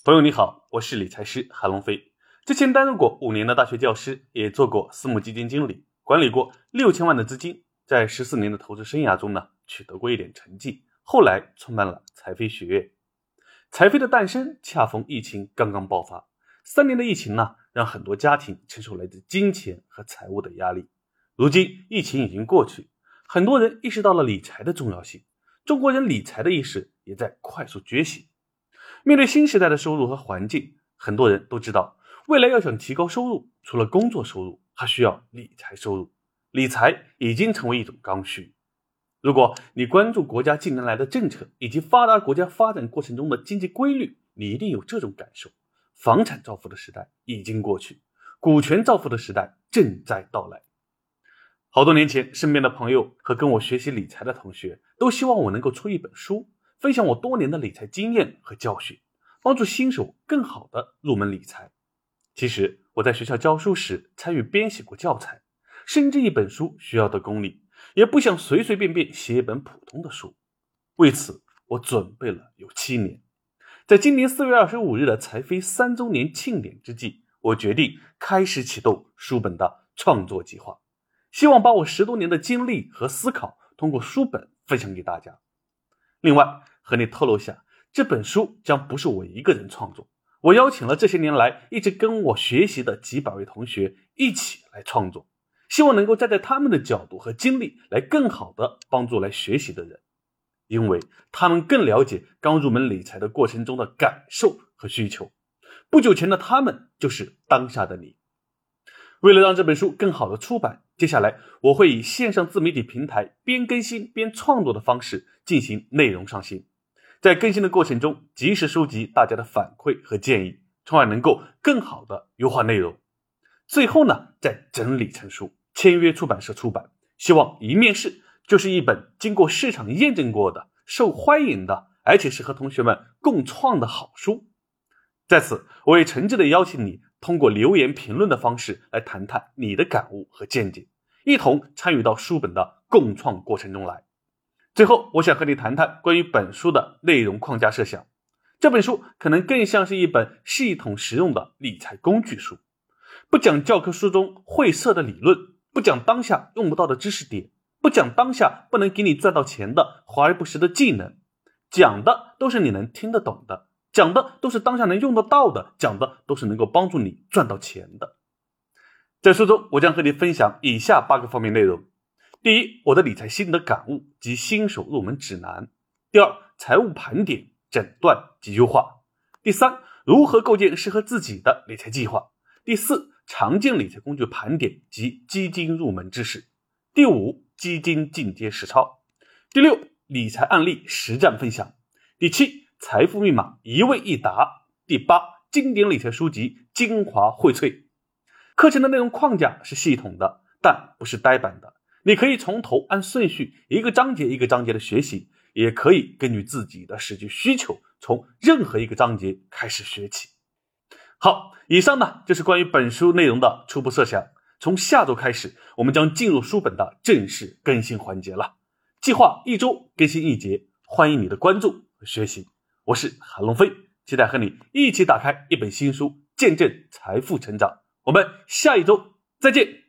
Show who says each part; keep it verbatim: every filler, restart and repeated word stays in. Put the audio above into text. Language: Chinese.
Speaker 1: 朋友你好，我是理财师韩龙飞。之前担任过五年的大学教师，也做过私募基金经理，管理过六千万的资金，在十四年的投资生涯中呢，取得过一点成绩。后来创办了财飞学院。财飞的诞生恰逢疫情刚刚爆发，三年的疫情呢，让很多家庭承受来自金钱和财务的压力。如今疫情已经过去，很多人意识到了理财的重要性，中国人理财的意识也在快速觉醒。面对新时代的收入和环境，很多人都知道，未来要想提高收入，除了工作收入，还需要理财收入。理财已经成为一种刚需。如果你关注国家近年来的政策以及发达国家发展过程中的经济规律，你一定有这种感受：房产造富的时代已经过去，股权造富的时代正在到来。好多年前，身边的朋友和跟我学习理财的同学都希望我能够出一本书，分享我多年的理财经验和教训，帮助新手更好的入门理财。其实我在学校教书时参与编写过教材，深知一本书需要的功力，也不想随随便便写一本普通的书。为此我准备了有七年。在今年四月二十五日的财飞三周年庆典之际，我决定开始启动书本的创作计划，希望把我十多年的经历和思考通过书本分享给大家。另外和你透露下，这本书将不是我一个人创作，我邀请了这些年来一直跟我学习的几百位同学一起来创作，希望能够站在他们的角度和经历来更好的帮助来学习的人，因为他们更了解刚入门理财的过程中的感受和需求。不久前的他们就是当下的你。为了让这本书更好的出版，接下来我会以线上自媒体平台边更新边创作的方式进行内容上新，在更新的过程中及时收集大家的反馈和建议，从而能够更好的优化内容。最后呢，再整理成书，签约出版社出版，希望一面试就是一本经过市场验证过的、受欢迎的，而且是和同学们共创的好书。在此，我也诚挚的邀请你通过留言评论的方式来谈谈你的感悟和见解，一同参与到书本的共创过程中来。最后，我想和你谈谈关于本书的内容框架设想。这本书可能更像是一本系统实用的理财工具书，不讲教科书中晦涩的理论，不讲当下用不到的知识点，不讲当下不能给你赚到钱的华而不实的技能，讲的都是你能听得懂的，讲的都是当下能用得到的，讲的都是能够帮助你赚到钱的。在书中，我将和你分享以下八个方面内容。第一，我的理财心得感悟及新手入门指南。第二，财务盘点、诊断及优化。第三，如何构建适合自己的理财计划。第四，常见理财工具盘点及基金入门知识。第五，基金进阶实操。第六，理财案例实战分享。第七，财富密码一问一答。第八，经典理财书籍精华荟萃。课程的内容框架是系统的，但不是呆板的。你可以从头按顺序一个章节一个章节的学习，也可以根据自己的实际需求从任何一个章节开始学起。好，以上呢就是关于本书内容的初步设想。从下周开始，我们将进入书本的正式更新环节了，计划一周更新一节，欢迎你的关注和学习。我是韩龙飞，期待和你一起打开一本新书，见证财富成长。我们下一周再见。